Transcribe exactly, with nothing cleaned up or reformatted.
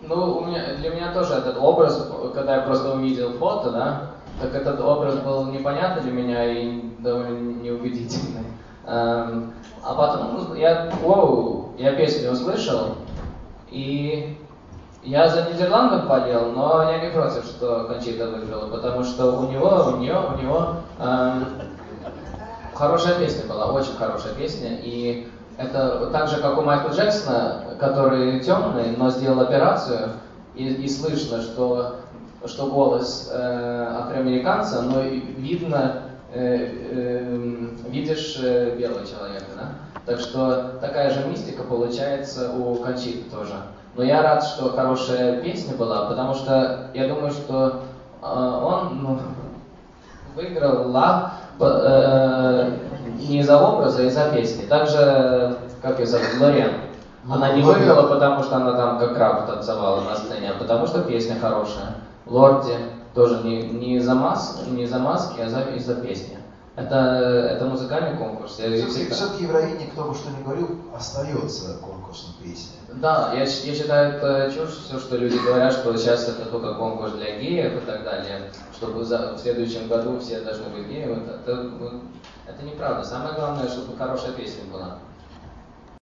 Ну, у меня, для меня тоже этот образ, когда я просто увидел фото, да, так этот образ был непонятный для меня и довольно неубедительный. Эм, а потом я, воу, я песню услышал, и я за Нидерландов болел, но я не против, что Кончита выиграла, потому что у него, у нее, у него эм, хорошая песня была, очень хорошая песня, и это так же, как у Майкла Джексона, который темный, но сделал операцию, и, и слышно, что, что голос э, афроамериканца, но видно, э, э, видишь э, белого человека, да? Так что такая же мистика получается у Кончиты тоже. Но я рад, что хорошая песня была, потому что я думаю, что э, он ну, выиграл ла, э, не из-за образа, а из-за песни. Также, как ее зовут, Лорен. Она не выиграла, потому что она там как краб танцевала на сцене, а потому что песня хорошая. Лорди тоже не, не из-за мас, не из-за маски, а за, из-за песни. Это, это музыкальный конкурс. Все-таки, все-таки Евровидение, кто бы что ни говорил, остается конкурсом песни. Да, я, я считаю, это чушь, все, что люди говорят, что сейчас это только конкурс для геев и так далее, чтобы за, в следующем году все должны быть геями. Это, это, это неправда. Самое главное, чтобы хорошая песня была.